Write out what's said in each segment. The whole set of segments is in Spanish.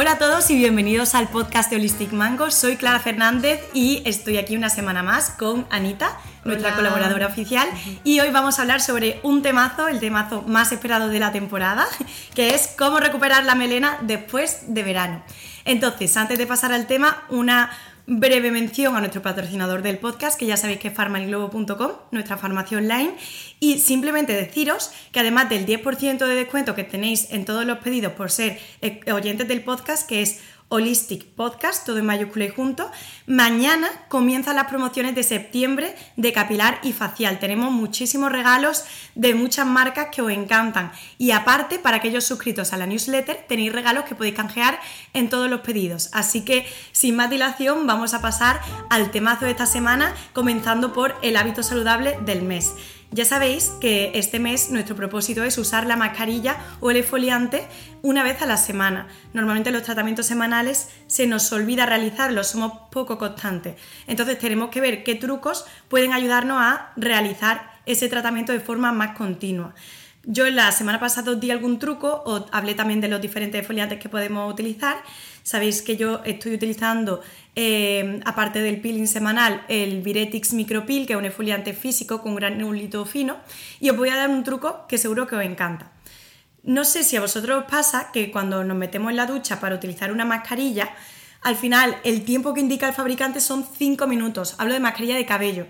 Hola a todos y bienvenidos al podcast de Holistic Mango. Soy Clara Fernández y estoy aquí una semana más con Anita, nuestra colaboradora oficial, y hoy vamos a hablar sobre un temazo, el temazo más esperado de la temporada, que es cómo recuperar la melena después de verano. Entonces, antes de pasar al tema, una breve mención a nuestro patrocinador del podcast, que ya sabéis que es farmalglobo.com, nuestra farmacia online, y simplemente deciros que además del 10% de descuento que tenéis en todos los pedidos por ser oyentes del podcast, que es Holistic Podcast, todo en mayúscula y junto, mañana comienzan las promociones de septiembre de capilar y facial. Tenemos muchísimos regalos de muchas marcas que os encantan, y aparte, para aquellos suscritos a la newsletter, tenéis regalos que podéis canjear en todos los pedidos. Así que, sin más dilación, vamos a pasar al temazo de esta semana, comenzando por el hábito saludable del mes. Ya sabéis que este mes nuestro propósito es usar la mascarilla o el exfoliante una vez a la semana. Normalmente los tratamientos semanales se nos olvida realizarlos, somos poco constantes. Entonces tenemos que ver qué trucos pueden ayudarnos a realizar ese tratamiento de forma más continua. Yo la semana pasada os di algún truco, os hablé también de los diferentes exfoliantes que podemos utilizar. Sabéis que yo estoy utilizando, aparte del peeling semanal, el Viretix Micropeel, que es un exfoliante físico con granulito fino, y os voy a dar un truco que seguro que os encanta. No sé si a vosotros os pasa que cuando nos metemos en la ducha para utilizar una mascarilla, al final el tiempo que indica el fabricante son 5 minutos. Hablo de mascarilla de cabello.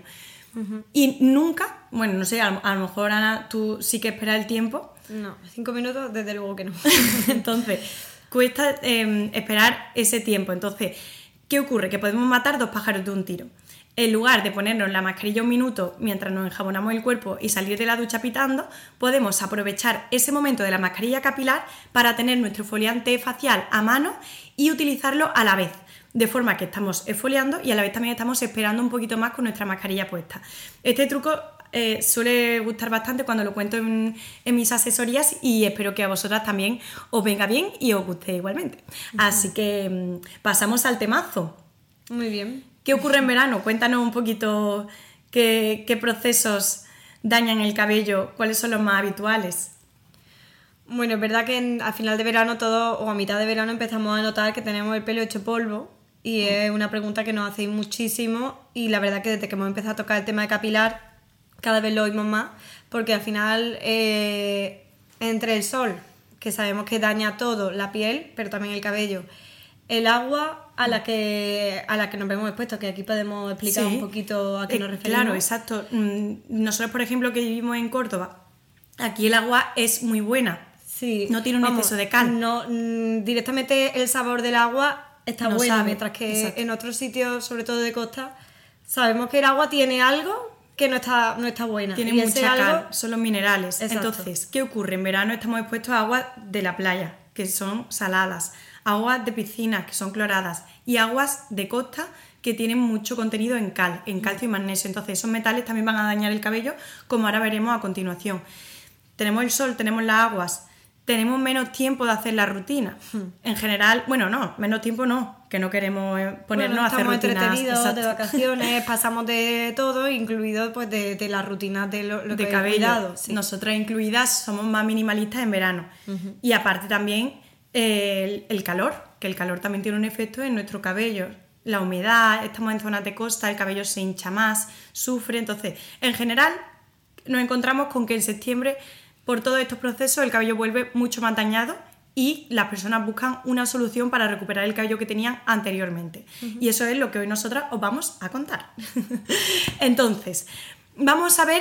Y nunca, bueno, no sé, a lo mejor, Ana, tú sí que esperas el tiempo. No, 5 minutos desde luego que no. Entonces, cuesta esperar ese tiempo. Entonces, ¿qué ocurre? Que podemos matar dos pájaros de un tiro. En lugar de ponernos la mascarilla un minuto mientras nos enjabonamos el cuerpo y salir de la ducha pitando, podemos aprovechar ese momento de la mascarilla capilar para tener nuestro exfoliante facial a mano y utilizarlo a la vez. De forma que estamos exfoliando y a la vez también estamos esperando un poquito más con nuestra mascarilla puesta. Este truco suele gustar bastante cuando lo cuento en mis asesorías, y espero que a vosotras también os venga bien y os guste igualmente. Así que pasamos al temazo. Muy bien. ¿Qué ocurre en verano? Cuéntanos un poquito qué procesos dañan el cabello, cuáles son los más habituales. Bueno, es verdad que a final de verano todo, o a mitad de verano, empezamos a notar que tenemos el pelo hecho polvo, y es una pregunta que nos hacéis muchísimo, y la verdad que desde que hemos empezado a tocar el tema de capilar cada vez lo oímos más, porque al final entre el sol, que sabemos que daña todo, la piel, pero también el cabello, el agua a la que nos vemos expuestos, que aquí podemos explicar un poquito a qué nos referimos. Claro, exacto. Nosotros, por ejemplo, que vivimos en Córdoba, aquí el agua es muy buena. Sí, no tiene un exceso de cal. No, directamente el sabor del agua está no bueno, sabe. mientras que Exacto. En otros sitios, sobre todo de costa, sabemos que el agua tiene algo que no está buena. Tiene y mucha cal, son los minerales. Exacto. Entonces, ¿qué ocurre? En verano estamos expuestos a aguas de la playa, que son saladas, aguas de piscinas, que son cloradas, y aguas de costa, que tienen mucho contenido en cal, en calcio y magnesio. Entonces, esos metales también van a dañar el cabello, como ahora veremos a continuación. Tenemos el sol, tenemos las aguas, tenemos menos tiempo de hacer la rutina. En general, bueno, no, menos tiempo no, que no queremos ponernos a hacer rutinas. Estamos entretenidos, exacto, de vacaciones, pasamos de todo, incluido pues de las rutinas de lo de que cabello. cuidado, sí. Nosotras incluidas somos más minimalistas en verano. Y aparte también el calor, que el calor también tiene un efecto en nuestro cabello. La humedad, estamos en zonas de costa, el cabello se hincha más, sufre. Entonces, en general, nos encontramos con que en septiembre, por todos estos procesos, el cabello vuelve mucho más dañado y las personas buscan una solución para recuperar el cabello que tenían anteriormente. Y eso es lo que hoy nosotras os vamos a contar. Entonces, vamos a ver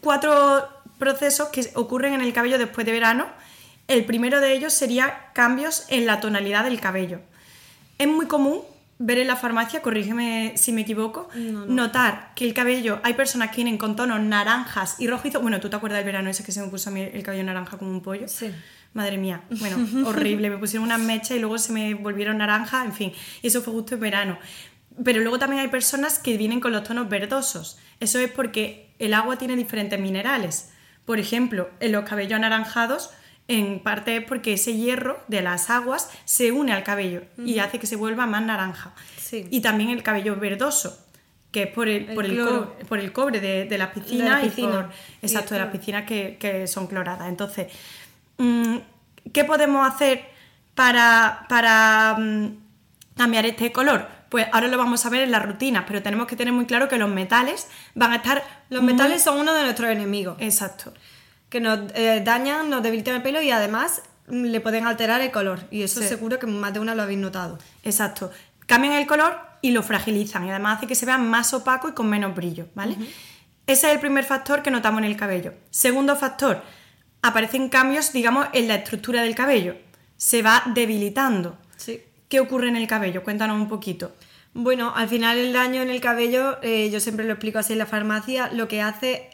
4 procesos que ocurren en el cabello después de verano. El primero de ellos sería cambios en la tonalidad del cabello. Es muy común ver en la farmacia, corrígeme si me equivoco, notar que el cabello, hay personas que vienen con tonos naranjas y rojizos. Bueno, ¿tú te acuerdas del verano ese que se me puso a mí el cabello naranja como un pollo? Sí. Madre mía, bueno, horrible, me pusieron unas mechas y luego se me volvieron naranjas, en fin, y eso fue justo en verano. Pero luego también hay personas que vienen con los tonos verdosos. Eso es porque el agua tiene diferentes minerales. Por ejemplo, en los cabellos anaranjados, en parte es porque ese hierro de las aguas se une al cabello y hace que se vuelva más naranja. Sí. Y también el cabello verdoso, que es por el cobre de las piscinas, de las piscinas que son cloradas. Entonces, ¿qué podemos hacer para cambiar este color? Pues ahora lo vamos a ver en las rutinas, pero tenemos que tener muy claro que los metales van a estar... Los metales son uno de nuestros enemigos. Exacto. Que nos dañan, nos debilitan el pelo y además le pueden alterar el color. Y eso seguro que más de una lo habéis notado. Exacto. Cambian el color y lo fragilizan y además hace que se vea más opaco y con menos brillo, ¿vale? Ese es el primer factor que notamos en el cabello. Segundo factor, aparecen cambios, digamos, en la estructura del cabello. Se va debilitando. Sí. ¿Qué ocurre en el cabello? Cuéntanos un poquito. Bueno, al final el daño en el cabello, yo siempre lo explico así en la farmacia, lo que hace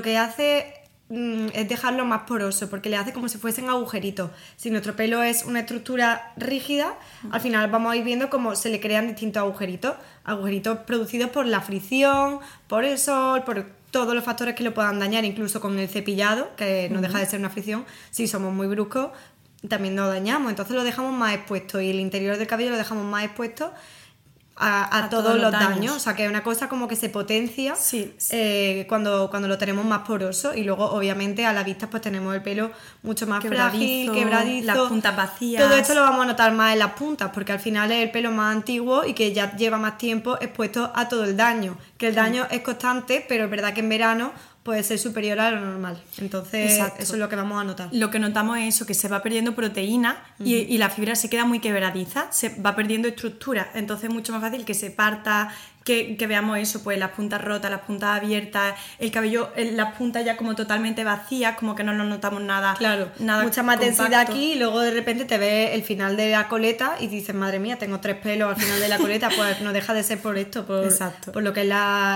es dejarlo más poroso, porque le hace como si fuesen agujeritos. Si nuestro pelo es una estructura rígida, al final vamos a ir viendo cómo se le crean distintos agujeritos producidos por la fricción, por el sol, por todos los factores que lo puedan dañar, incluso con el cepillado, que no deja de ser una fricción. Si somos muy bruscos, también nos dañamos, entonces lo dejamos más expuesto y el interior del cabello lo dejamos más expuesto a todos los daños. O sea, que es una cosa como que se potencia cuando lo tenemos más poroso, y luego obviamente a la vista pues tenemos el pelo mucho más frágil, quebradizo, las puntas vacías. Todo esto lo vamos a notar más en las puntas, porque al final es el pelo más antiguo y que ya lleva más tiempo expuesto a todo el daño, que el daño es constante, pero es verdad que en verano puede ser superior a lo normal. Entonces, eso es lo que vamos a notar. Lo que notamos es eso, que se va perdiendo proteína y la fibra se queda muy quebradiza, se va perdiendo estructura. Entonces es mucho más fácil que se parta, que veamos eso, pues las puntas rotas, las puntas abiertas, el cabello, las puntas ya como totalmente vacías, como que no nos notamos nada. Claro, nada mucha más compacto. densidad aquí, y luego de repente te ves el final de la coleta y dices, madre mía, tengo 3 pelos al final de la coleta. Pues no deja de ser por esto, por lo que es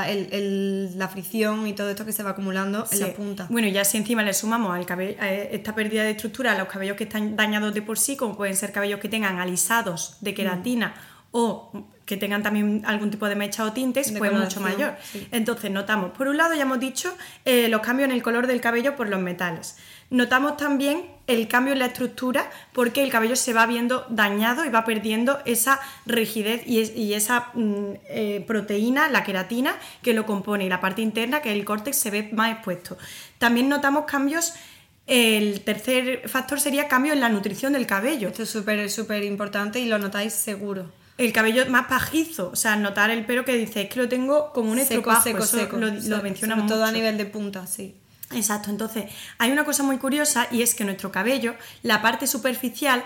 la fricción y todo esto que se va acumulando en la punta. Bueno, y ya si encima le sumamos al cabello, a esta pérdida de estructura a los cabellos que están dañados de por sí, como pueden ser cabellos que tengan alisados de queratina o que tengan también algún tipo de mecha o tintes, pues mucho mayor. Sí. Entonces notamos, por un lado ya hemos dicho los cambios en el color del cabello por los metales. Notamos también el cambio en la estructura, porque el cabello se va viendo dañado y va perdiendo esa rigidez y esa proteína, la queratina, que lo compone, y la parte interna, que es el córtex, se ve más expuesto. También notamos cambios. El tercer factor sería cambio en la nutrición del cabello. Esto es súper importante y lo notáis seguro. El cabello más pajizo, o sea, notar el pelo que dice, es que lo tengo como un estropajo, seco. Lo menciona mucho. Todo a nivel de punta, sí. Exacto, entonces hay una cosa muy curiosa, y es que nuestro cabello, la parte superficial,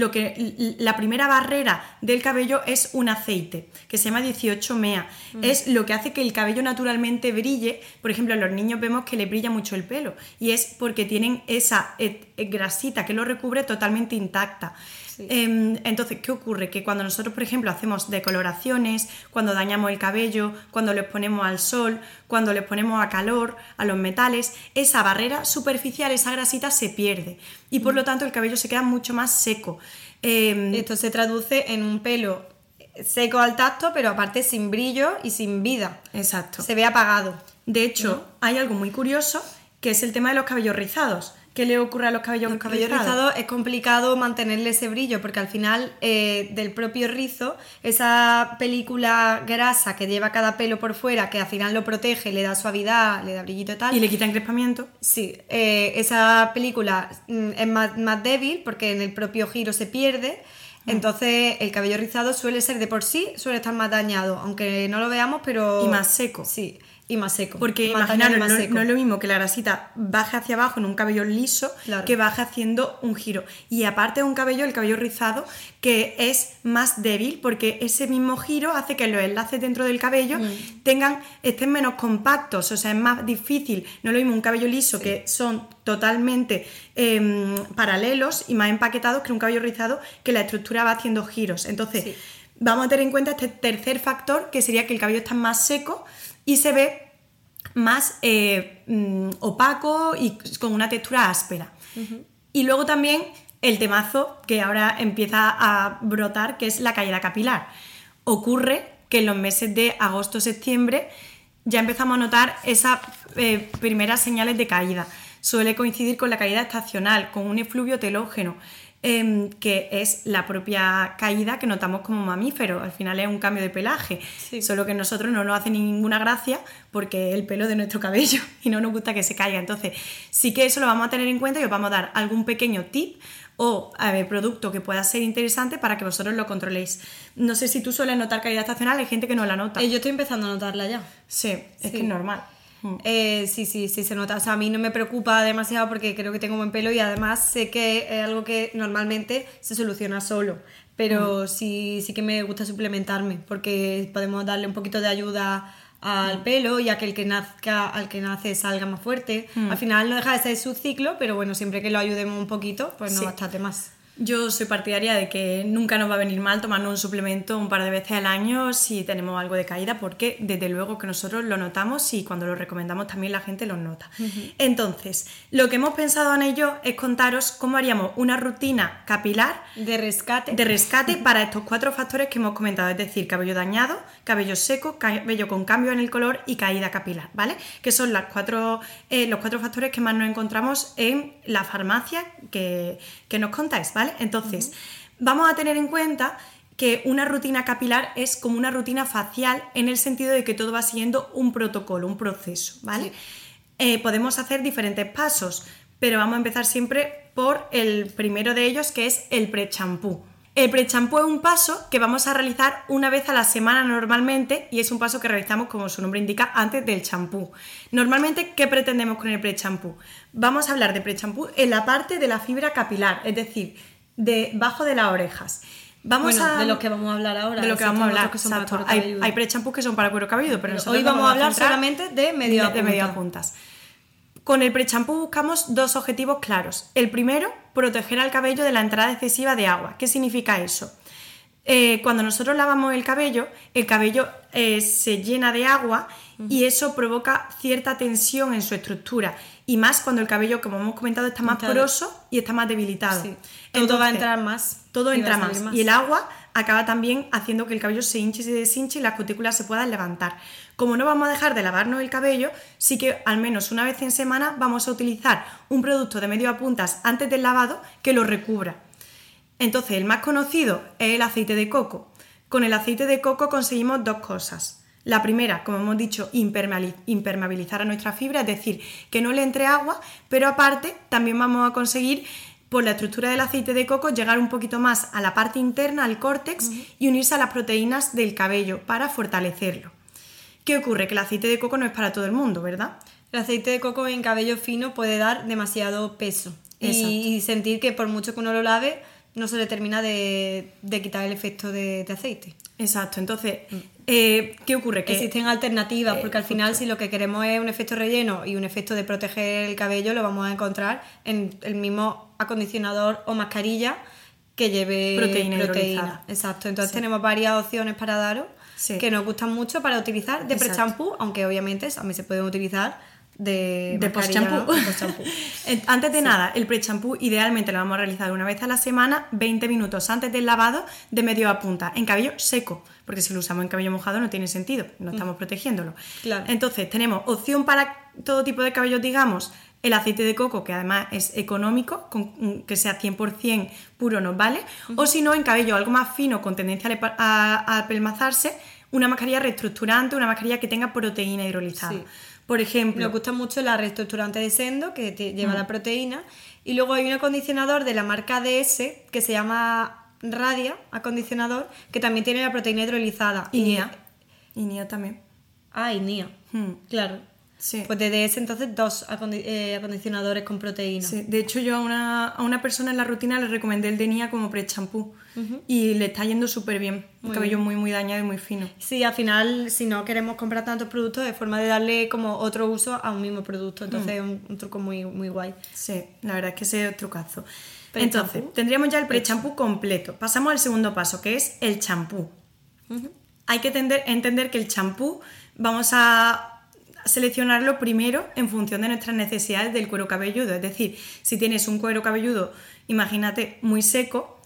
la primera barrera del cabello es un aceite que se llama 18-mea. Es lo que hace que el cabello naturalmente brille. Por ejemplo, en los niños vemos que les brilla mucho el pelo, y es porque tienen esa grasita que lo recubre totalmente intacta. Sí. Entonces, ¿qué ocurre? Que cuando nosotros, por ejemplo, hacemos decoloraciones, cuando dañamos el cabello, cuando lo exponemos al sol, cuando lo exponemos a calor, a los metales, esa barrera superficial, esa grasita se pierde, y por lo tanto el cabello se queda mucho más seco. Esto se traduce en un pelo seco al tacto, pero aparte sin brillo y sin vida. Exacto. Se ve apagado. De hecho, hay algo muy curioso, que es el tema de los cabellos rizados. ¿Qué le ocurre a los cabellos rizados? Es complicado mantenerle ese brillo, porque al final del propio rizo, esa película grasa que lleva cada pelo por fuera, que al final lo protege, le da suavidad, le da brillito y tal. Y le quita encrespamiento. Sí, esa película es más débil, porque en el propio giro se pierde. Entonces el cabello rizado suele ser de por sí, suele estar más dañado, aunque no lo veamos, pero... Y más seco. Sí. Y más seco. Porque imaginaros, no es lo mismo que la grasita baje hacia abajo en un cabello liso, claro, que baje haciendo un giro. Y aparte de un cabello, el cabello rizado, que es más débil, porque ese mismo giro hace que los enlaces dentro del cabello estén menos compactos, o sea, es más difícil. No es lo mismo un cabello liso, que son totalmente paralelos y más empaquetados, que un cabello rizado, que la estructura va haciendo giros. Entonces, vamos a tener en cuenta este tercer factor, que sería que el cabello está más seco y se ve más opaco y con una textura áspera. Y luego también el temazo que ahora empieza a brotar, que es la caída capilar. Ocurre que en los meses de agosto-septiembre ya empezamos a notar esas primeras señales de caída. Suele coincidir con la caída estacional, con un efluvio telógeno, que es la propia caída que notamos como mamíferos. Al final es un cambio de pelaje, solo que a nosotros no nos hace ninguna gracia porque es el pelo de nuestro cabello y no nos gusta que se caiga. Entonces sí que eso lo vamos a tener en cuenta y os vamos a dar algún pequeño tip o producto que pueda ser interesante para que vosotros lo controléis. No sé si tú sueles notar caída estacional, hay gente que no la nota. Yo estoy empezando a notarla ya. Sí, es que es normal. Sí, se nota. O sea, a mí no me preocupa demasiado porque creo que tengo buen pelo y además sé que es algo que normalmente se soluciona solo. Pero sí que me gusta suplementarme porque podemos darle un poquito de ayuda al pelo y a que al que nace salga más fuerte. Al final no deja de ser su ciclo, pero bueno, siempre que lo ayudemos un poquito, pues no bastante más. Yo soy partidaria de que nunca nos va a venir mal tomarnos un suplemento un par de veces al año si tenemos algo de caída, porque desde luego que nosotros lo notamos y cuando lo recomendamos también la gente lo nota. Entonces, lo que hemos pensado Ana y yo es contaros cómo haríamos una rutina capilar de rescate para estos 4 factores que hemos comentado, es decir, cabello dañado, cabello seco, cabello con cambio en el color y caída capilar, ¿vale? Que son los 4 factores que más nos encontramos en la farmacia que nos contáis, ¿vale? Entonces, vamos a tener en cuenta que una rutina capilar es como una rutina facial en el sentido de que todo va siguiendo un protocolo, un proceso, ¿vale? Sí. Podemos hacer diferentes pasos, pero vamos a empezar siempre por el primero de ellos, que es el pre-champú. El pre-champú es un paso que vamos a realizar una vez a la semana normalmente y es un paso que realizamos, como su nombre indica, antes del champú. Normalmente, ¿qué pretendemos con el pre-champú? Vamos a hablar de pre-champú en la parte de la fibra capilar, es decir, debajo de las orejas. De lo que vamos a hablar ahora. De lo que vamos a hablar, exacto. Hay pre-champús que son para cuero cabelludo, pero hoy vamos a hablar solamente de medio a puntas. Con el pre-champú buscamos 2 objetivos claros. El primero, proteger al cabello de la entrada excesiva de agua. ¿Qué significa eso? Cuando nosotros lavamos el cabello se llena de agua y eso provoca cierta tensión en su estructura. Y más cuando el cabello, como hemos comentado, está más poroso y está más debilitado. Sí. Todo va a entrar más. Todo entra más. Y el agua acaba también haciendo que el cabello se hinche y se deshinche y las cutículas se puedan levantar. Como no vamos a dejar de lavarnos el cabello, sí que al menos una vez en semana vamos a utilizar un producto de medio a puntas antes del lavado que lo recubra. Entonces, el más conocido es el aceite de coco. Con el aceite de coco conseguimos 2 cosas. La primera, como hemos dicho, impermeabilizar a nuestra fibra, es decir, que no le entre agua, pero aparte también vamos a conseguir, por la estructura del aceite de coco, llegar un poquito más a la parte interna, al córtex, y unirse a las proteínas del cabello para fortalecerlo. ¿Qué ocurre? Que el aceite de coco no es para todo el mundo, ¿verdad? El aceite de coco en cabello fino puede dar demasiado peso y sentir que por mucho que uno lo lave no se le termina de quitar el efecto de aceite. Exacto, entonces, ¿qué ocurre? Que existen alternativas, porque al final si lo que queremos es un efecto relleno y un efecto de proteger el cabello, lo vamos a encontrar en el mismo acondicionador o mascarilla que lleve proteína. Exacto, entonces tenemos varias opciones para daros que nos gustan mucho para utilizar de pre-champú, aunque obviamente también se pueden utilizar de post-champú. Antes de nada, el pre-champú idealmente lo vamos a realizar una vez a la semana, 20 minutos antes del lavado, de medio a punta, en cabello seco, porque si lo usamos en cabello mojado no tiene sentido, no estamos protegiéndolo. Claro. Entonces tenemos opción para todo tipo de cabello, digamos, el aceite de coco, que además es económico, que sea 100% puro nos vale, o si no, en cabello algo más fino con tendencia a apelmazarse, una mascarilla reestructurante, una mascarilla que tenga proteína hidrolizada. Sí. Por ejemplo, nos gusta mucho la reestructurante de Sendo, que lleva la proteína, y luego hay un acondicionador de la marca DS que se llama Radia acondicionador, que también tiene la proteína hidrolizada. Y NIA también. Y NIA, claro. Sí. Pues de DS entonces 2 acondicionadores con proteína. Sí. De hecho yo a una persona en la rutina le recomendé el de NIA como pre-champú y le está yendo súper bien. El cabello muy muy dañado y muy fino. Sí, al final si no queremos comprar tantos productos es forma de darle como otro uso a un mismo producto. Entonces es un truco muy, muy guay. Sí, la verdad es que ese es trucazo. Entonces tendríamos ya el pre-champú completo. Pasamos al segundo paso, que es el champú. Hay que entender que el champú vamos a seleccionarlo primero en función de nuestras necesidades del cuero cabelludo. Es decir, si tienes un cuero cabelludo, imagínate, muy seco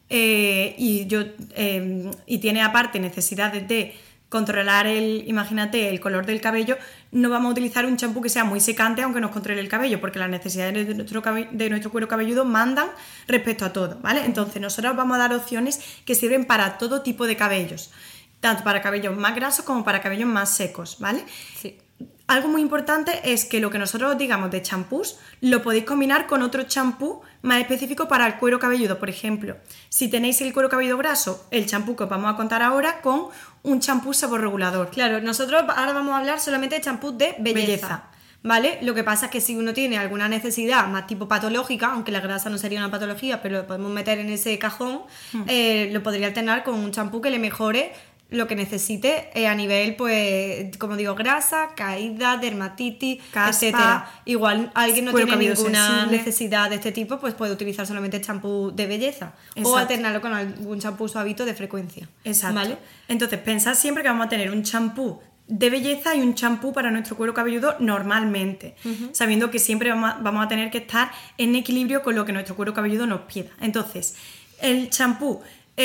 y tiene aparte necesidades de controlar el color del cabello, no vamos a utilizar un champú que sea muy secante aunque nos controle el cabello, porque las necesidades de nuestro cuero cabelludo mandan respecto a todo, ¿vale? Entonces nosotros vamos a dar opciones que sirven para todo tipo de cabellos, tanto para cabellos más grasos como para cabellos más secos, ¿vale? Sí. algo muy importante es que lo que nosotros digamos de champús lo podéis combinar con otro champú más específico para el cuero cabelludo. Por ejemplo, si tenéis el cuero cabelludo graso, el champú que os vamos a contar ahora con un champú seborregulador. Claro, nosotros ahora vamos a hablar solamente de champú de belleza. ¿Vale? Lo que pasa es que si uno tiene alguna necesidad más tipo patológica, aunque la grasa no sería una patología, pero lo podemos meter en ese cajón, lo podría alternar con un champú que le mejore lo que necesite a nivel, pues, como digo, grasa, caída, dermatitis, caspa, etcétera. Igual alguien no tiene ninguna sensible. necesidad de este tipo, pues puede utilizar solamente champú de belleza. Exacto. O alternarlo con algún champú suavito de frecuencia. Exacto. ¿Vale? Entonces, pensad siempre que vamos a tener un champú de belleza y un champú para nuestro cuero cabelludo normalmente, sabiendo que siempre vamos a tener que estar en equilibrio con lo que nuestro cuero cabelludo nos pida. Entonces, el champú,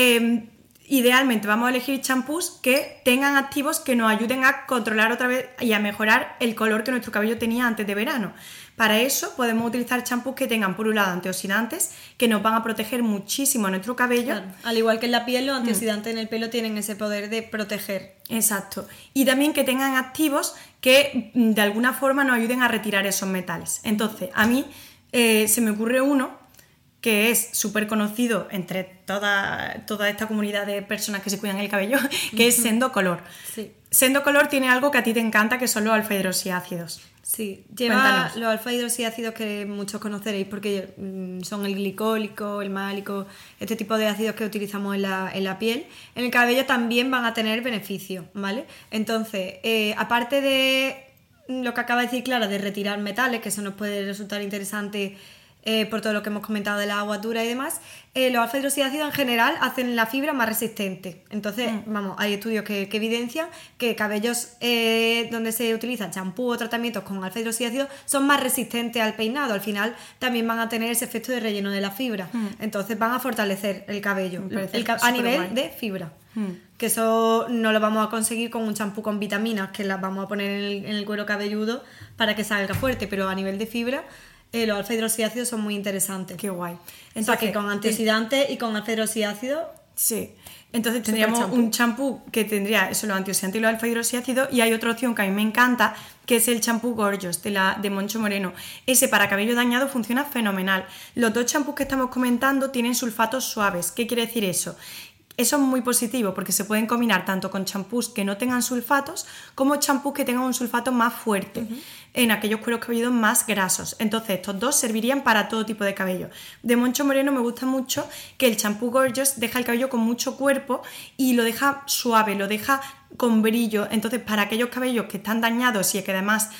idealmente vamos a elegir champús que tengan activos que nos ayuden a controlar otra vez y a mejorar el color que nuestro cabello tenía antes de verano. Para eso podemos utilizar champús que tengan, por un lado, antioxidantes, que nos van a proteger muchísimo a nuestro cabello. Claro. Al igual que en la piel, los antioxidantes en el pelo tienen ese poder de proteger. Exacto. Y también que tengan activos que de alguna forma nos ayuden a retirar esos metales. Entonces, a mí se me ocurre uno que es súper conocido entre toda esta comunidad de personas que se cuidan el cabello, que es Sendocolor. Sí. Sendocolor tiene algo que a ti te encanta, que son los alfa-hidroxiácidos. Sí, lleva Cuéntanos. los alfa-hidroxiácidos que muchos conoceréis porque son el glicólico, el málico, este tipo de ácidos que utilizamos en la piel. En el cabello también van a tener beneficios, ¿vale? Entonces, aparte de lo que acaba de decir Clara, de retirar metales, que eso nos puede resultar interesante por todo lo que hemos comentado de la agua dura y demás, los alfa-hidroxiácidos en general hacen la fibra más resistente. Entonces, vamos, hay estudios que evidencian que cabellos donde se utilizan champú o tratamientos con alfa-hidroxiácidos son más resistentes al peinado. Al final también van a tener ese efecto de relleno de la fibra. Entonces van a fortalecer el cabello a nivel de fibra. Que eso no lo vamos a conseguir con un champú con vitaminas que las vamos a poner en el cuero cabelludo para que salga fuerte, pero a nivel de fibra los alfa-hidroxiácidos son muy interesantes. Qué guay. Entonces, o sea, que con antioxidantes y con alfa-hidroxiácidos. Sí. Entonces tendríamos un champú que tendría eso, los antioxidantes y los alfa-hidroxiácidos, y hay otra opción que a mí me encanta, que es el champú Gorgeous de Moncho Moreno. Ese para cabello dañado funciona fenomenal. Los dos champús que estamos comentando tienen sulfatos suaves. ¿Qué quiere decir eso? Eso es muy positivo porque se pueden combinar tanto con champús que no tengan sulfatos como champús que tengan un sulfato más fuerte en aquellos cueros cabelludos más grasos. Entonces estos dos servirían para todo tipo de cabello. De Moncho Moreno me gusta mucho que el champú Gorgeous deja el cabello con mucho cuerpo y lo deja suave, lo deja con brillo. Entonces para aquellos cabellos que están dañados y que además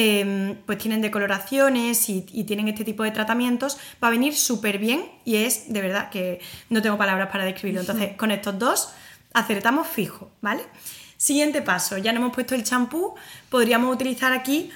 pues tienen decoloraciones y tienen este tipo de tratamientos, va a venir súper bien y es de verdad que no tengo palabras para describirlo. Entonces con estos dos acertamos fijo, ¿vale? Siguiente paso, ya no hemos puesto el champú, podríamos utilizar aquí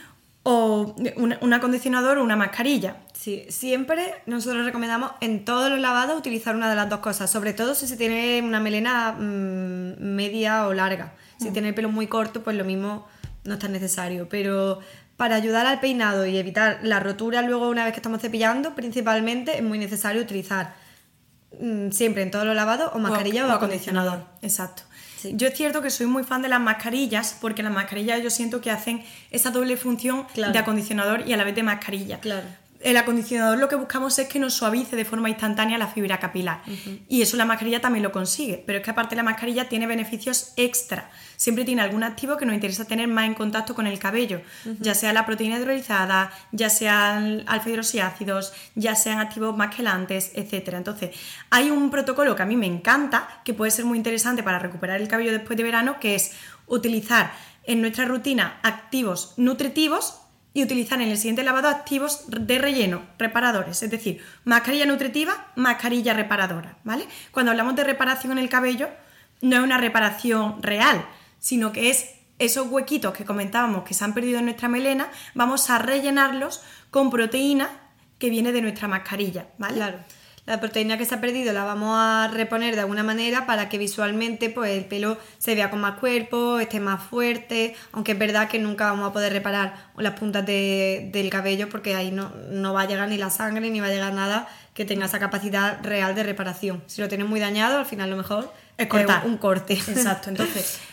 un acondicionador o una mascarilla. Sí, siempre nosotros recomendamos en todos los lavados utilizar una de las dos cosas, sobre todo si se tiene una melena media o larga. Si tiene el pelo muy corto, pues lo mismo no es tan necesario, pero para ayudar al peinado y evitar la rotura luego una vez que estamos cepillando, principalmente es muy necesario utilizar siempre en todos los lavados o mascarilla o acondicionador. Exacto. Sí. Yo es cierto que soy muy fan de las mascarillas porque las mascarillas yo siento que hacen esa doble función de acondicionador y a la vez de mascarilla. Claro. El acondicionador lo que buscamos es que nos suavice de forma instantánea la fibra capilar y eso la mascarilla también lo consigue, pero es que aparte la mascarilla tiene beneficios extra, siempre tiene algún activo que nos interesa tener más en contacto con el cabello, ya sea la proteína hidrolizada, ya sean alfa-hidroxiácidos, ya sean activos más quelantes, etc. Entonces hay un protocolo que a mí me encanta, que puede ser muy interesante para recuperar el cabello después de verano, que es utilizar en nuestra rutina activos nutritivos y utilizar en el siguiente lavado activos de relleno, reparadores, es decir, mascarilla nutritiva, mascarilla reparadora, ¿vale? Cuando hablamos de reparación en el cabello, no es una reparación real, sino que es esos huequitos que comentábamos que se han perdido en nuestra melena, vamos a rellenarlos con proteína que viene de nuestra mascarilla, ¿vale? Claro. La proteína que se ha perdido la vamos a reponer de alguna manera para que visualmente pues, el pelo se vea con más cuerpo, esté más fuerte, aunque es verdad que nunca vamos a poder reparar las puntas del cabello porque ahí no va a llegar ni la sangre ni va a llegar nada que tenga esa capacidad real de reparación. Si lo tienes muy dañado, al final lo mejor es cortar. Un corte. Exacto, entonces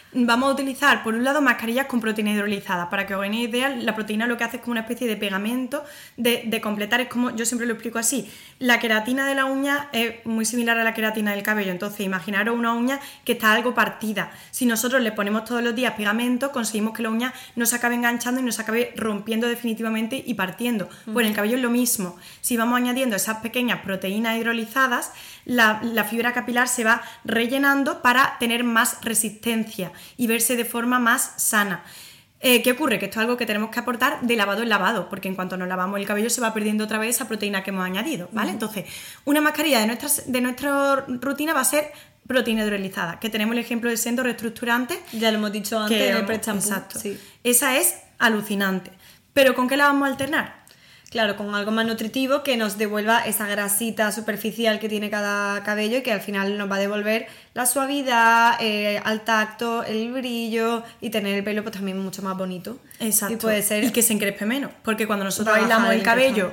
vamos a utilizar, por un lado, mascarillas con proteína hidrolizada. Para que os hagáis una idea, la proteína lo que hace es como una especie de pegamento de completar. Es como, yo siempre lo explico así, la queratina de la uña es muy similar a la queratina del cabello. Entonces, imaginaros una uña que está algo partida. Si nosotros le ponemos todos los días pegamento, conseguimos que la uña no se acabe enganchando y no se acabe rompiendo definitivamente y partiendo. Pues en el cabello es lo mismo. Si vamos añadiendo esas pequeñas proteínas hidrolizadas, la fibra capilar se va rellenando para tener más resistencia y verse de forma más sana. ¿Qué ocurre? Que esto es algo que tenemos que aportar de lavado en lavado, porque en cuanto nos lavamos el cabello se va perdiendo otra vez esa proteína que hemos añadido, ¿vale? Entonces, una mascarilla de nuestra rutina va a ser proteína hidrolizada, que tenemos el ejemplo de Sendo reestructurante. Ya lo hemos dicho antes, el pre-champú. Exacto. Sí. Esa es alucinante. ¿Pero con qué la vamos a alternar? Claro, con algo más nutritivo que nos devuelva esa grasita superficial que tiene cada cabello y que al final nos va a devolver la suavidad, al tacto, el brillo y tener el pelo pues también mucho más bonito. Exacto. Y puede ser... Y que se encrespe menos, porque cuando nosotros Bajar aislamos el el cabello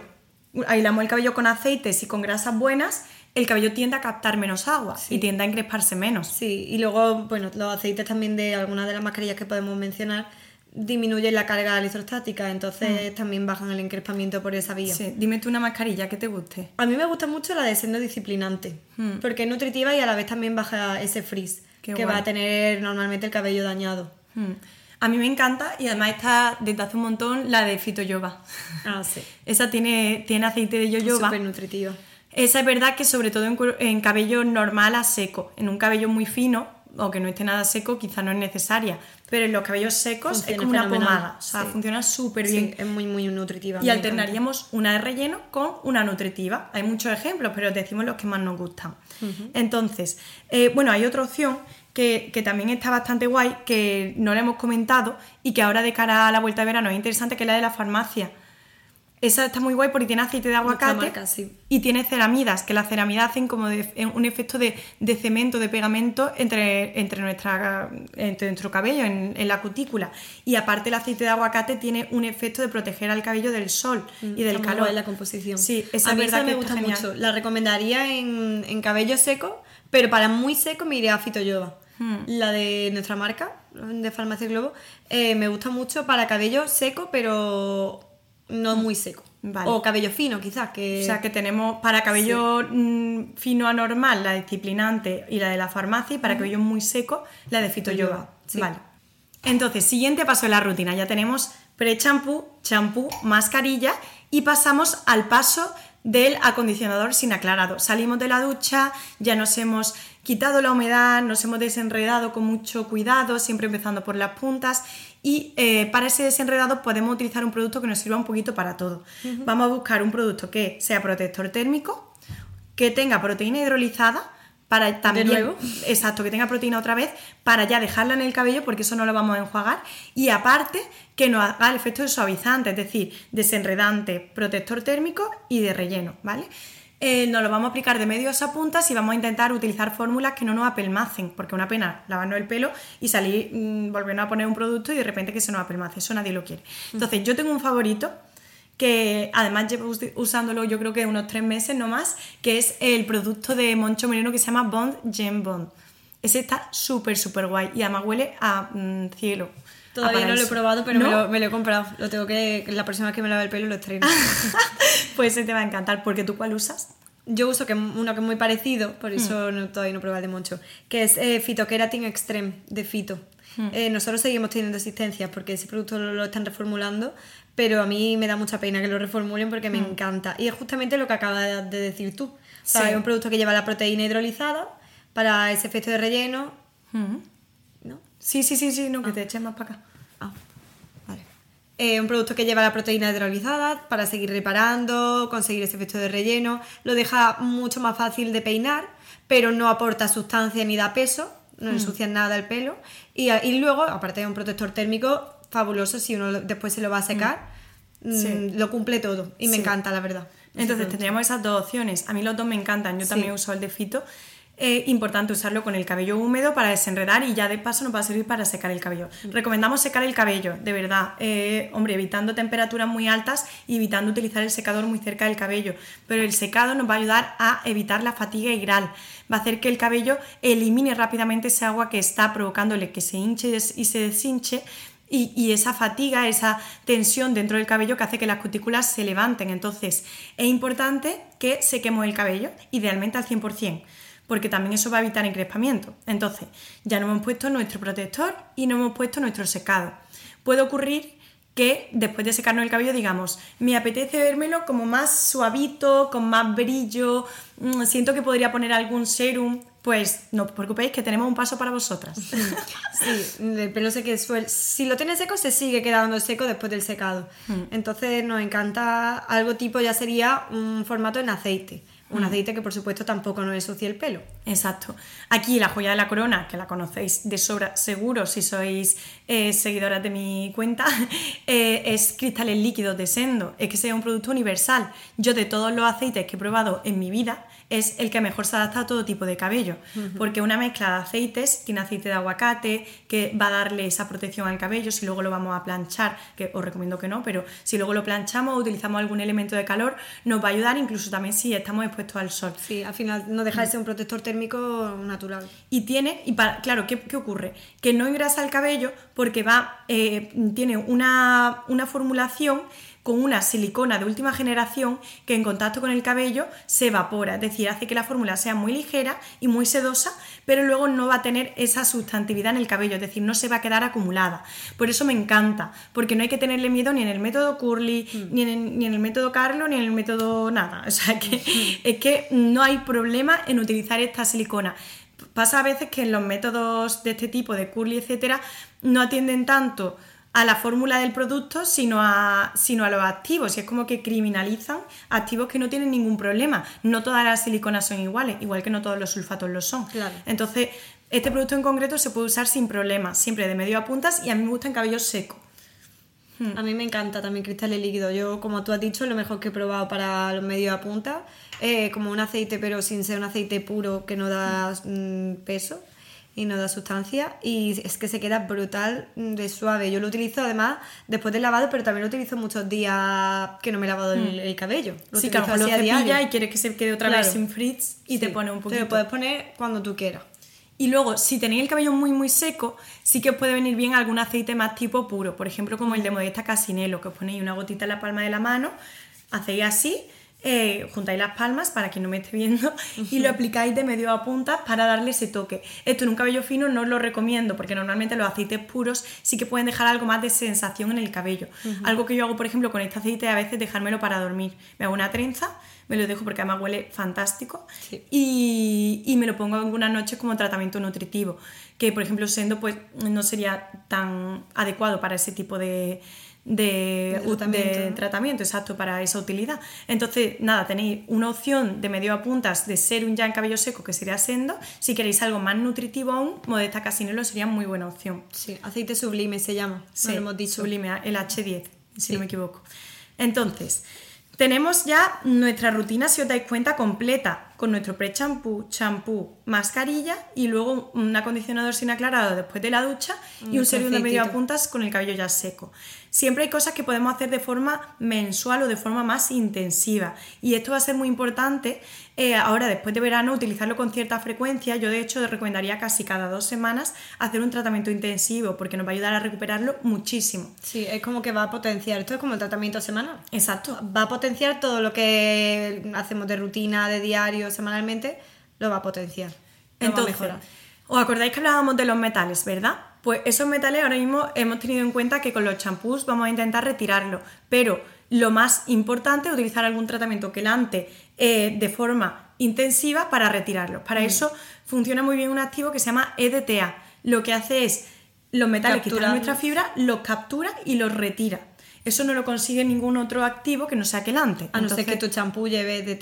con aceites y con grasas buenas, el cabello tiende a captar menos agua y tiende a encresparse menos. Sí, y luego, bueno, los aceites también de algunas de las mascarillas que podemos mencionar disminuyen la carga electrostática, entonces también bajan el encrespamiento por esa vía. Sí, dime tú una mascarilla que te guste. A mí me gusta mucho la de Sendo Disciplinante, porque es nutritiva y a la vez también baja ese frizz que guay. va a tener normalmente el cabello dañado. A mí me encanta y además está desde hace un montón la de Fitoyoba. Ah, sí. Esa tiene aceite de yoyoba. Súper nutritiva. Esa es verdad que sobre todo en cabello normal a seco, en un cabello muy fino o que no esté nada seco quizá no es necesaria, pero en los cabellos secos Funciona es como una fenomenal. pomada, o sea, funciona súper bien. Sí, es muy muy nutritiva. Y alternaríamos una de relleno con una nutritiva. Hay muchos ejemplos, pero os decimos los que más nos gustan. Entonces, bueno, hay otra opción que también está bastante guay, que no la hemos comentado y que ahora de cara a la vuelta de verano es interesante, que es la de la farmacia. Esa está muy guay porque tiene aceite de aguacate marca, sí. y tiene ceramidas, que las ceramidas hacen como un efecto de cemento, de pegamento entre nuestro cabello, en la cutícula. Y aparte el aceite de aguacate tiene un efecto de proteger al cabello del sol y del Está muy calor. guay la composición. Sí, esa a es mí verdad esa que me está gusta genial. mucho. La recomendaría en cabello seco, pero para muy seco me iría a Fitoyoba. La de nuestra marca, de Farmacia Globo, me gusta mucho para cabello seco, pero no muy seco. Vale. O cabello fino, quizás. O sea que tenemos para cabello fino anormal la disciplinante y la de la farmacia, y para cabello muy seco la de Fitoyoba. Sí. Vale. Entonces, siguiente paso de la rutina. Ya tenemos pre-champú, champú, mascarilla y pasamos al paso del acondicionador sin aclarado. Salimos de la ducha, ya nos hemos quitado la humedad, nos hemos desenredado con mucho cuidado, siempre empezando por las puntas. Y para ese desenredado podemos utilizar un producto que nos sirva un poquito para todo. Vamos a buscar un producto que sea protector térmico, que tenga proteína hidrolizada, para también, ¿De nuevo? Exacto, que tenga proteína otra vez, para ya dejarla en el cabello porque eso no lo vamos a enjuagar, y aparte que nos haga el efecto de suavizante, es decir, desenredante, protector térmico y de relleno, ¿vale? Nos lo vamos a aplicar de medios a puntas y vamos a intentar utilizar fórmulas que no nos apelmacen, porque una pena lavarnos el pelo y salir volviendo a poner un producto y de repente que se nos apelmace, eso nadie lo quiere. Entonces yo tengo un favorito que además llevo usándolo yo creo que unos 3 meses no más, que es el producto de Moncho Moreno que se llama Bond Gem Bond. Ese está súper guay y además huele a cielo. Todavía no lo he probado, pero ¿No? me lo he comprado. Lo tengo que... La próxima vez que me lave el pelo lo estreno. Pues ese te va a encantar, porque ¿tú cuál usas? Yo uso uno que es muy parecido, por eso todavía no he probado el de mucho, que es Phytokeratin Extreme de Fito. Nosotros seguimos teniendo existencias porque ese producto lo están reformulando, pero a mí me da mucha pena que lo reformulen porque me encanta. Y es justamente lo que acabas de decir tú. O sea, Sí. es un producto que lleva la proteína hidrolizada para ese efecto de relleno. ¿No? Sí, no, que te eches más para acá. Ah, vale. Un producto que lleva la proteína hidrolizada para seguir reparando, conseguir ese efecto de relleno. Lo deja mucho más fácil de peinar, pero no aporta sustancia ni da peso, no ensucia nada el pelo. Y luego, aparte de un protector térmico fabuloso, si uno después se lo va a secar, Sí. lo cumple todo. Y me Sí. encanta, la verdad. Entonces tendríamos esas dos opciones. A mí los dos me encantan, yo Sí. también uso el de Fito. importante usarlo con el cabello húmedo para desenredar y ya de paso nos va a servir para secar el cabello. Recomendamos secar el cabello, de verdad, hombre, evitando temperaturas muy altas y evitando utilizar el secador muy cerca del cabello, pero el secado nos va a ayudar a evitar la fatiga hiral, va a hacer que el cabello elimine rápidamente ese agua que está provocándole que se hinche y se deshinche, y esa fatiga, esa tensión dentro del cabello que hace que las cutículas se levanten. Entonces es importante que sequemos el cabello, idealmente al 100%, porque también eso va a evitar encrespamiento. Entonces ya nos hemos puesto nuestro protector y nos hemos puesto nuestro secado. Puede ocurrir que después de secarnos el cabello digamos, me apetece vérmelo como más suavito, con más brillo, siento que podría poner algún serum. Pues no os preocupéis que tenemos un paso para vosotras. Sí, el pelo si lo tienes seco se sigue quedando seco después del secado. Entonces nos encanta algo tipo, ya sería un formato en aceite. Un aceite que por supuesto tampoco nos ensucie el pelo. Exacto. Aquí la joya de la corona, que la conocéis de sobra seguro si sois seguidoras de mi cuenta, es cristales líquidos de Sendo. Es que sea un producto universal. Yo de todos los aceites que he probado en mi vida es el que mejor se adapta a todo tipo de cabello, porque una mezcla de aceites, tiene aceite de aguacate que va a darle esa protección al cabello. Si luego lo vamos a planchar, que os recomiendo que no, pero si luego lo planchamos o utilizamos algún elemento de calor, nos va a ayudar, incluso también si estamos expuestos al sol. Sí, al final no deja de ser un protector térmico natural. Claro, ¿qué ocurre? Que no engrasa el cabello porque tiene una formulación con una silicona de última generación que en contacto con el cabello se evapora, es decir, hace que la fórmula sea muy ligera y muy sedosa, pero luego no va a tener esa sustantividad en el cabello, es decir, no se va a quedar acumulada. Por eso me encanta, porque no hay que tenerle miedo ni en el método Curly, ni en el método Carlo, ni en el método nada. O sea, es que no hay problema en utilizar esta silicona. Pasa a veces que en los métodos de este tipo, de Curly, etcétera, no atienden tanto a la fórmula del producto, sino a los activos, y es como que criminalizan activos que no tienen ningún problema. No todas las siliconas son iguales, igual que no todos los sulfatos lo son. Claro. Entonces, este producto en concreto se puede usar sin problema, siempre de medio a puntas, y a mí me gusta en cabello seco. A mí me encanta también cristales líquidos. Yo, como tú has dicho, es lo mejor que he probado para los medios a punta, como un aceite, pero sin ser un aceite puro que no da peso y no da sustancia, y es que se queda brutal de suave. Yo lo utilizo además después del lavado, pero también lo utilizo muchos días que no me he lavado el cabello. Sí, que a lo mejor lo cepillas y quieres que se quede otra vez sin frizz y te pone un poquito. Te lo puedes poner cuando tú quieras. Y luego, si tenéis el cabello muy muy seco, sí que os puede venir bien algún aceite más tipo puro, por ejemplo como el de Modesta Casinello, que os ponéis una gotita en la palma de la mano, hacéis así, juntáis las palmas para quien no me esté viendo y lo aplicáis de medio a punta para darle ese toque. Esto en un cabello fino no os lo recomiendo, porque normalmente los aceites puros sí que pueden dejar algo más de sensación en el cabello. Algo que yo hago, por ejemplo, con este aceite, a veces dejármelo para dormir. Me hago una trenza, me lo dejo porque además huele fantástico, sí. y me lo pongo algunas noches como tratamiento nutritivo, que por ejemplo Sendo pues no sería tan adecuado para ese tipo de tratamiento, exacto, para esa utilidad. Entonces, nada, tenéis una opción de medio a puntas de serum ya en cabello seco, que sería Sendo. Si queréis algo más nutritivo aún, Modesta Casinello sería muy buena opción. Sí, aceite sublime se llama, sí, no lo hemos dicho. Sublime, el H10, si no me equivoco. Entonces, tenemos ya nuestra rutina, si os dais cuenta, completa, con nuestro pre-champú, champú, mascarilla y luego un acondicionador sin aclarado después de la ducha y un serum de medio a puntas con el cabello ya seco. Siempre hay cosas que podemos hacer de forma mensual o de forma más intensiva, y esto va a ser muy importante ahora después de verano, utilizarlo con cierta frecuencia. Yo de hecho recomendaría casi cada 2 semanas hacer un tratamiento intensivo, porque nos va a ayudar a recuperarlo muchísimo. Sí, es como que va a potenciar, esto es como el tratamiento semanal. Exacto. Va a potenciar todo lo que hacemos de rutina, de diario, semanalmente, lo va a potenciar. Entonces, ¿os acordáis que hablábamos de los metales, verdad? Pues esos metales ahora mismo hemos tenido en cuenta que con los champús vamos a intentar retirarlos, pero lo más importante es utilizar algún tratamiento quelante de forma intensiva para retirarlos. Para eso funciona muy bien un activo que se llama EDTA. Lo que hace es los metales que están en nuestra fibra, los captura y los retira. Eso no lo consigue ningún otro activo que no sea quelante. A no ser que tu champú lleve EDTA.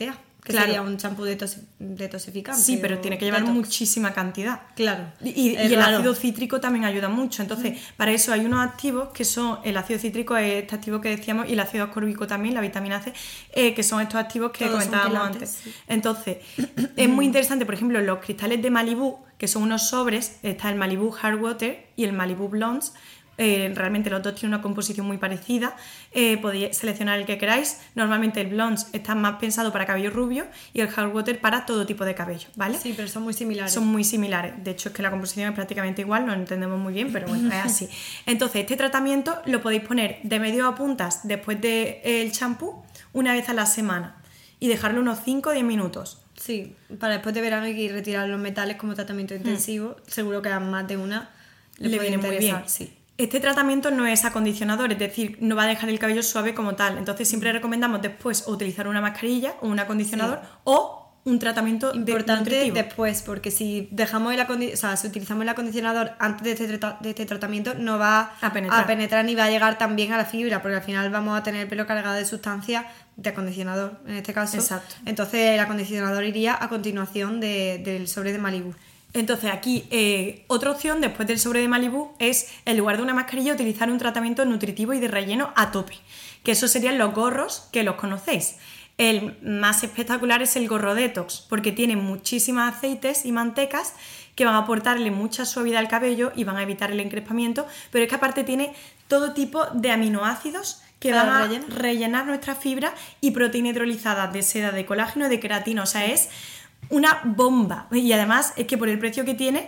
que claro. sería un champú detoxificante. Sí, pero tiene que llevar detox. muchísima cantidad. Claro. Y el raro. ácido cítrico también ayuda mucho. Entonces, para eso hay unos activos que son, el ácido cítrico es este activo que decíamos, y el ácido ascórbico también, la vitamina C, que son estos activos que Todos son comentábamos quilantes, antes. sí. Entonces, es muy interesante, por ejemplo, los cristales de Malibu, que son unos sobres, está el Malibu Hard Water y el Malibu Blondes. Realmente los dos tienen una composición muy parecida. Podéis seleccionar el que queráis. Normalmente el Blondes está más pensado para cabello rubio y el Hard Water para todo tipo de cabello, ¿vale? Sí, pero son muy similares. Son muy similares. De hecho, es que la composición es prácticamente igual, no lo entendemos muy bien, pero bueno, es así. Entonces, este tratamiento lo podéis poner de medio a puntas después del champú una vez a la semana y dejarlo unos 5 o 10 minutos. Sí, para después de verano y retirar los metales como tratamiento intensivo. Seguro que a más de una Le puede viene muy bien. interesar, sí. Este tratamiento no es acondicionador, es decir, no va a dejar el cabello suave como tal. Entonces siempre recomendamos después o utilizar una mascarilla o un acondicionador o un tratamiento Importante nutritivo. después, porque si dejamos si utilizamos el acondicionador antes de este tratamiento, no va A penetrar. ni va a llegar tan bien a la fibra, porque al final vamos a tener el pelo cargado de sustancias de acondicionador, en este caso. Exacto. Entonces el acondicionador iría a continuación del sobre de Malibu. Entonces aquí otra opción después del sobre de Malibu es, en lugar de una mascarilla, utilizar un tratamiento nutritivo y de relleno a tope, que eso serían los gorros que los conocéis. El más espectacular es el gorro detox, porque tiene muchísimos aceites y mantecas que van a aportarle mucha suavidad al cabello y van a evitar el encrespamiento, pero es que aparte tiene todo tipo de aminoácidos que van a rellenar nuestra fibra y proteína hidrolizada de seda, de colágeno y de queratina. O sea, es una bomba. Y además es que por el precio que tiene,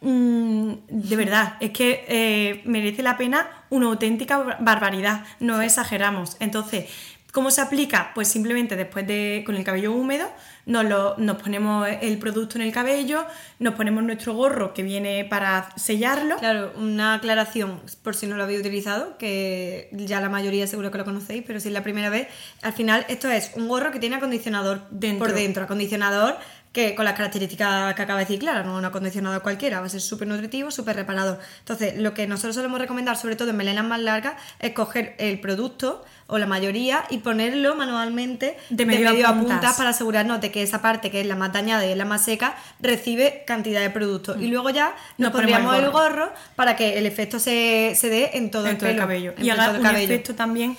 de verdad, es que merece la pena una auténtica barbaridad. No exageramos. Entonces, ¿cómo se aplica? Pues simplemente después con el cabello húmedo nos ponemos el producto en el cabello, nos ponemos nuestro gorro que viene para sellarlo. Claro, una aclaración, por si no lo habéis utilizado, que ya la mayoría seguro que lo conocéis, pero si es la primera vez, al final esto es un gorro que tiene acondicionador por dentro, acondicionador que con las características que acaba de decir Clara, no un acondicionador cualquiera, va a ser súper nutritivo, súper reparador. Entonces, lo que nosotros solemos recomendar, sobre todo en melenas más largas, es coger el producto, o la mayoría, y ponerlo manualmente de medio a puntas para asegurarnos de que esa parte, que es la más dañada y es la más seca, recibe cantidad de producto. Y luego ya nos pondríamos el gorro para que el efecto se dé en todo el cabello. Y haga un efecto también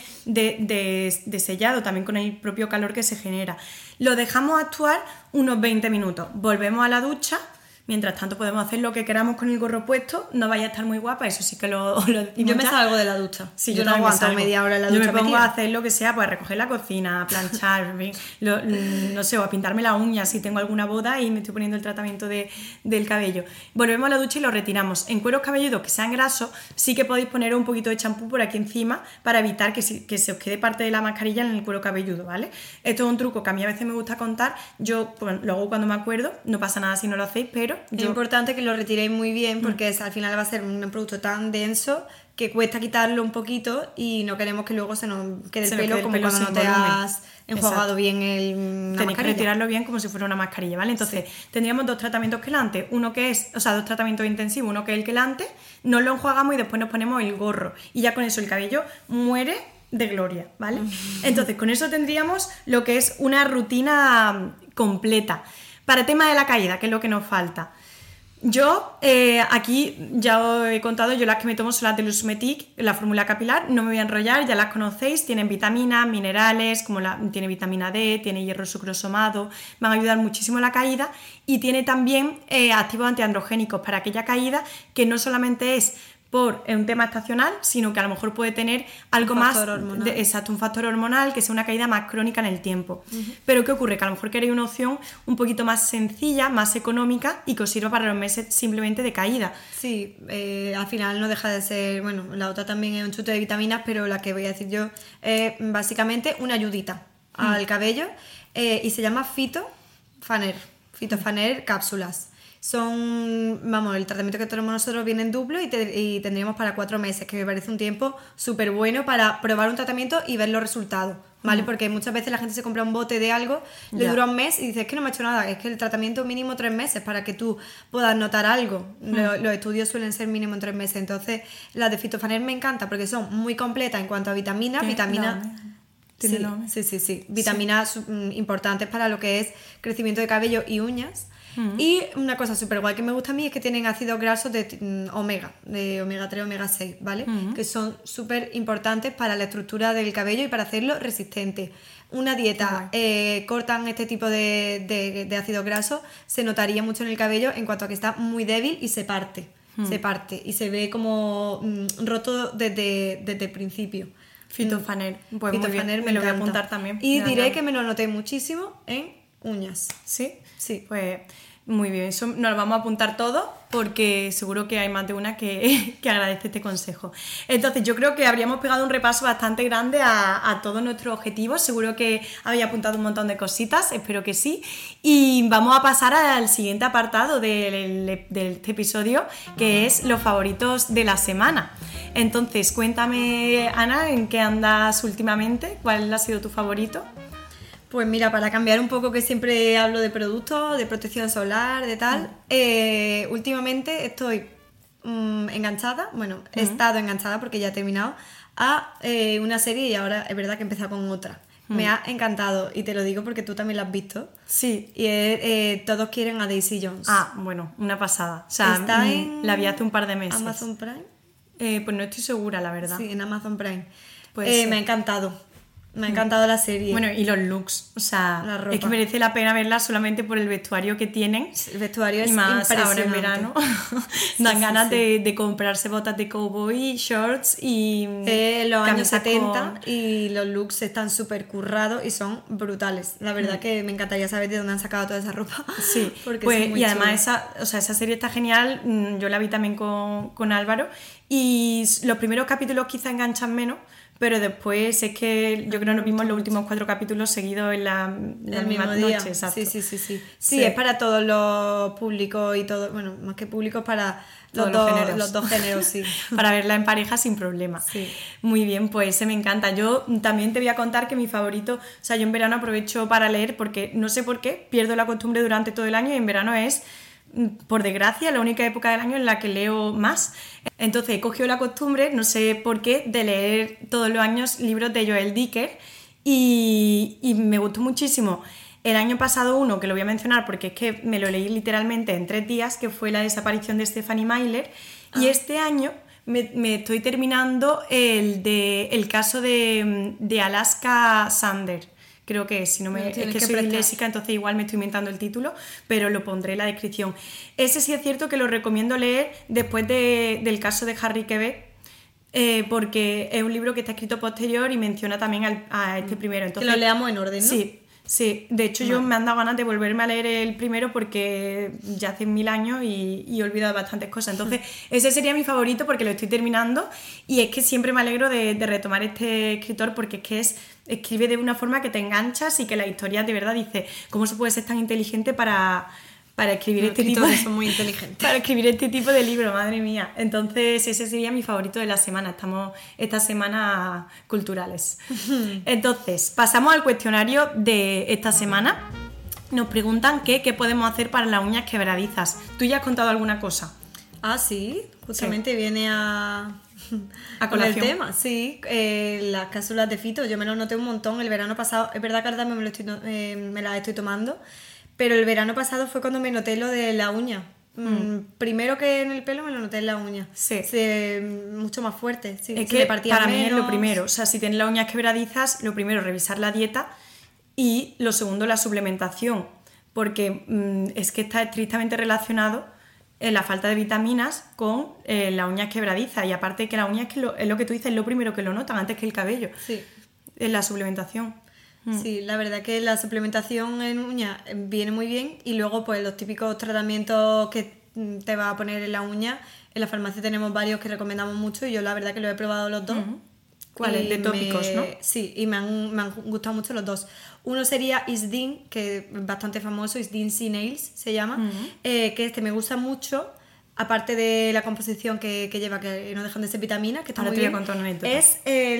de sellado, también con el propio calor que se genera. Lo dejamos actuar unos 20 minutos. Volvemos a la ducha. Mientras tanto podemos hacer lo que queramos con el gorro puesto. No vaya a estar muy guapa, eso sí que lo yo me salgo de la ducha. Sí, yo no aguanto media hora en la ducha. Yo me pongo a hacer lo que sea, pues a recoger la cocina, a planchar, no sé, o a pintarme la uña si tengo alguna boda y me estoy poniendo el tratamiento del cabello. Volvemos a la ducha y lo retiramos. En cueros cabelludos que sean grasos, sí que podéis poner un poquito de champú por aquí encima para evitar que se os quede parte de la mascarilla en el cuero cabelludo, ¿vale? Esto es un truco que a mí a veces me gusta contar. Yo pues, lo hago cuando me acuerdo, no pasa nada si no lo hacéis, pero es importante que lo retiréis muy bien porque al final va a ser un producto tan denso que cuesta quitarlo un poquito y no queremos que luego se nos quede el pelo como cuando no te has enjuagado bien tenéis que retirarlo bien como si fuera una mascarilla, ¿vale? Entonces tendríamos dos tratamientos quelantes, dos tratamientos intensivos, uno que es el quelante, nos lo enjuagamos y después nos ponemos el gorro y ya con eso el cabello muere de gloria, ¿vale? Entonces con eso tendríamos lo que es una rutina completa. Para el tema de la caída, que es lo que nos falta. Yo, aquí ya os he contado, yo las que me tomo son las de Lusmetic, la fórmula capilar, no me voy a enrollar, ya las conocéis, tienen vitaminas, minerales, tiene vitamina D, tiene hierro sucrosomado, van a ayudar muchísimo a la caída y tiene también activos antiandrogénicos para aquella caída que no solamente es por un tema estacional, sino que a lo mejor puede tener algo más, un factor hormonal, que sea una caída más crónica en el tiempo. Pero ¿qué ocurre? Que a lo mejor queréis una opción un poquito más sencilla, más económica y que os sirva para los meses simplemente de caída. Sí, al final no deja de ser, bueno, la otra también es un chute de vitaminas, pero la que voy a decir yo es básicamente una ayudita al cabello y se llama Phytofaner cápsulas. Son, el tratamiento que tenemos nosotros viene en duplo y tendríamos para 4 meses, que me parece un tiempo súper bueno para probar un tratamiento y ver los resultados, ¿vale? Porque muchas veces la gente se compra un bote de algo, le dura un mes y dice, es que no me ha hecho nada, es que el tratamiento mínimo 3 meses para que tú puedas notar algo. Los estudios suelen ser mínimo en 3 meses, entonces las de Phytofaner me encanta porque son muy completas en cuanto a vitaminas, Sí. Vitaminas importantes para lo que es crecimiento de cabello y uñas. Y una cosa súper guay que me gusta a mí es que tienen ácidos grasos de omega 3, omega 6, ¿vale? Que son súper importantes para la estructura del cabello y para hacerlo resistente. Una dieta, cortan este tipo de ácidos grasos, se notaría mucho en el cabello en cuanto a que está muy débil y se parte. Se parte y se ve como roto desde el principio. Fitofaner, pues muy bien, me lo voy a apuntar también. Y diré que me lo noté muchísimo en uñas. ¿Sí? Sí. Pues muy bien, eso nos lo vamos a apuntar todo porque seguro que hay más de una que agradece este consejo. Entonces yo creo que habríamos pegado un repaso bastante grande a todos nuestros objetivos, seguro que habéis apuntado un montón de cositas, espero que sí, y vamos a pasar al siguiente apartado de este episodio, que es los favoritos de la semana. Entonces cuéntame, Ana, ¿en qué andas últimamente? ¿Cuál ha sido tu favorito? Pues mira, para cambiar un poco, que siempre hablo de productos, de protección solar, de tal, últimamente estoy enganchada, he estado enganchada porque ya he terminado, a una serie y ahora es verdad que he empezado con otra. Me ha encantado y te lo digo porque tú también la has visto. Sí. Y es Todos quieren a Daisy Jones. Ah, bueno, una pasada. O sea, está en la vi hace un par de meses. ¿Amazon Prime? Pues no estoy segura, la verdad. Sí, en Amazon Prime. Pues me ha encantado. Me ha encantado la serie. Bueno, y los looks, o sea, La ropa. es que merece la pena verla solamente por el vestuario que tienen. El vestuario es y más impresionante. ahora en verano. Dan ganas de comprarse botas de cowboy, shorts y los años camisas 70 y los looks están súper currados y son brutales. La verdad que me encantaría saber de dónde han sacado toda esa ropa. Sí, porque pues, es muy y además chula. esa serie está genial, yo la vi también con Álvaro y los primeros capítulos quizá enganchan menos, pero después es que yo creo que nos vimos los últimos 4 capítulos seguidos en la misma noche. Exacto. Sí, es para todos los públicos y todo, bueno, más que públicos, para los dos géneros, sí. Para verla en pareja sin problema. Sí. Muy bien, pues se me encanta. Yo también te voy a contar que mi favorito, o sea, yo en verano aprovecho para leer porque no sé por qué, pierdo la costumbre durante todo el año y en verano es, por desgracia, la única época del año en la que leo más. Entonces he cogido la costumbre, no sé por qué, de leer todos los años libros de Joel Dicker y me gustó muchísimo. El año pasado uno, que lo voy a mencionar porque es que me lo leí literalmente en 3 días, que fue La desaparición de Stephanie Myler, y este año me estoy terminando el caso de Alaska Sander. Creo que es, si no me, es que soy disléxica, entonces igual me estoy inventando el título, pero lo pondré en la descripción. Ese sí es cierto que lo recomiendo leer después del caso de Harry Quebec, porque es un libro que está escrito posterior y menciona también a este primero. Entonces, que lo leamos en orden, ¿no? Sí, de hecho yo me han dado ganas de volverme a leer el primero porque ya hace 1000 años y he olvidado bastantes cosas. Entonces ese sería mi favorito porque lo estoy terminando y es que siempre me alegro de retomar este escritor porque es que escribe de una forma que te enganchas y que la historia de verdad dice ¿cómo se puede ser tan inteligente para escribir son muy inteligentes. Para escribir este tipo de libro, madre mía. Entonces ese sería mi favorito de la semana. Estamos esta semana culturales. Entonces pasamos al cuestionario de esta semana. Nos preguntan qué podemos hacer para las uñas quebradizas. ¿Tú ya has contado alguna cosa? Ah, sí, justamente viene a colación. El tema, sí, las cápsulas de fito, yo me lo noté un montón el verano pasado, es verdad que ahora también me las estoy tomando, pero el verano pasado fue cuando me noté lo de la uña. Primero que en el pelo me lo noté en la uña. Sí. Mucho más fuerte. Sí, es que para mí es lo primero. O sea, si tienes las uñas quebradizas, lo primero, revisar la dieta y lo segundo, la suplementación. Porque es que está estrictamente relacionado la falta de vitaminas con las uñas quebradizas. Y aparte que la uña es lo que tú dices, es lo primero que lo notan antes que el cabello. Sí. Es la suplementación. Sí, la verdad que la suplementación en uña viene muy bien y luego pues los típicos tratamientos que te va a poner en la uña, en la farmacia tenemos varios que recomendamos mucho y yo la verdad que lo he probado los dos. ¿Cuáles? De tópicos, ¿no? Sí, y me han gustado mucho los dos. Uno sería Isdin, que es bastante famoso, Isdin Sea Nails se llama, que me gusta mucho. Aparte de la composición que lleva, que no dejan de ser vitaminas, que está muy bien, es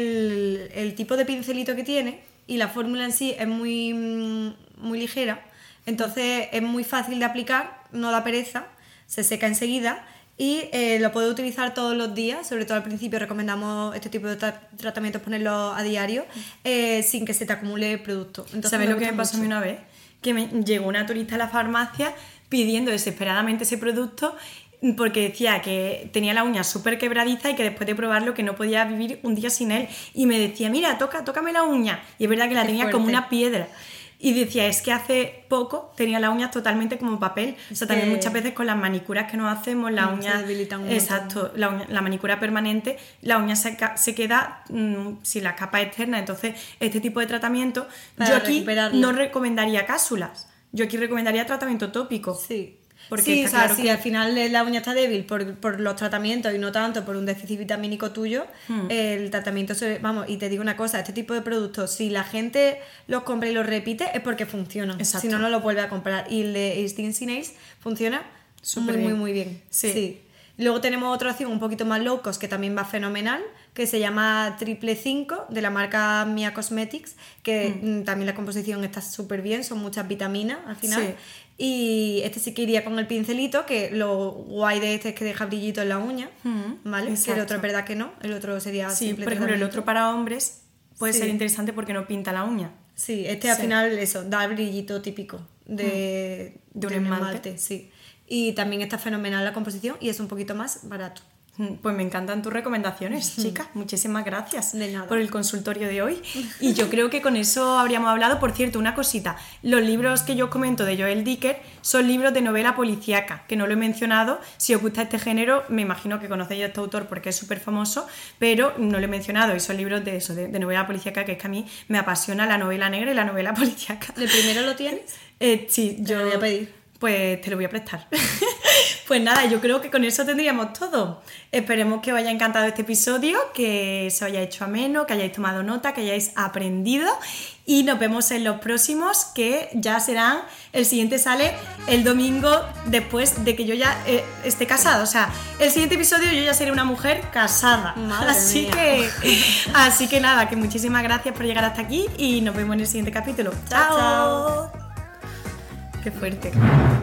el tipo de pincelito que tiene y la fórmula en sí es muy, muy ligera, entonces es muy fácil de aplicar, no da pereza, se seca enseguida y lo puedes utilizar todos los días, sobre todo al principio recomendamos este tipo de tratamientos ponerlos a diario sin que se te acumule el producto. Entonces, ¿sabes lo que me pasó a mí una vez? Que me llegó una turista a la farmacia pidiendo desesperadamente ese producto porque decía que tenía la uña súper quebradiza y que después de probarlo que no podía vivir un día sin él, y me decía, mira, tócame la uña, y es verdad que la tenía como una piedra. Y decía, es que hace poco tenía las uñas totalmente como papel. O sea, también muchas veces con las manicuras que nos hacemos, la uña... Se debilitan un exacto, la manicura permanente, la uña se queda sin la capa externa. Entonces, este tipo de tratamiento, yo aquí no recomendaría cápsulas. Yo aquí recomendaría tratamiento tópico. Sí. Porque sí, está claro si que al final la uña está débil por los tratamientos y no tanto por un déficit vitamínico tuyo, el tratamiento vamos, y te digo una cosa, este tipo de productos, si la gente los compra y los repite es porque funcionan. Exacto. Si no, no los vuelve a comprar. Y el de Stingy Nails funciona muy bien. Sí. Luego tenemos otra opción un poquito más low cost que también va fenomenal, que se llama Triple 5 de la marca Mia Cosmetics, que también la composición está súper bien, son muchas vitaminas al final. Sí. Y este sí que iría con el pincelito, que lo guay de este es que deja brillito en la uña, ¿vale? Exacto. Que el otro es verdad que no, el otro sería simple. Por ejemplo, el otro para hombres puede ser interesante porque no pinta la uña. Sí, al final eso, da el brillito típico de un esmalte. Sí. Y también está fenomenal la composición y es un poquito más barato. Pues me encantan tus recomendaciones, chicas. Muchísimas gracias de nada. Por el consultorio de hoy. Y yo creo que con eso habríamos hablado. Por cierto, una cosita. Los libros que yo os comento de Joel Dicker son libros de novela policíaca, que no lo he mencionado. Si os gusta este género, me imagino que conocéis a este autor porque es súper famoso, pero no lo he mencionado. Y son libros de eso, de novela policíaca, que es que a mí me apasiona la novela negra y la novela policíaca. ¿El primero lo tienes? Sí, yo lo voy a pedir. Pues te lo voy a prestar. Pues nada, yo creo que con eso tendríamos todo. Esperemos que os haya encantado este episodio, que se os haya hecho ameno, que hayáis tomado nota, que hayáis aprendido, y nos vemos en los próximos, que ya serán, el siguiente sale el domingo después de que yo ya esté casada. O sea, el siguiente episodio yo ya seré una mujer casada. Así que nada, que muchísimas gracias por llegar hasta aquí y nos vemos en el siguiente capítulo. ¡Chao! ¡Qué fuerte!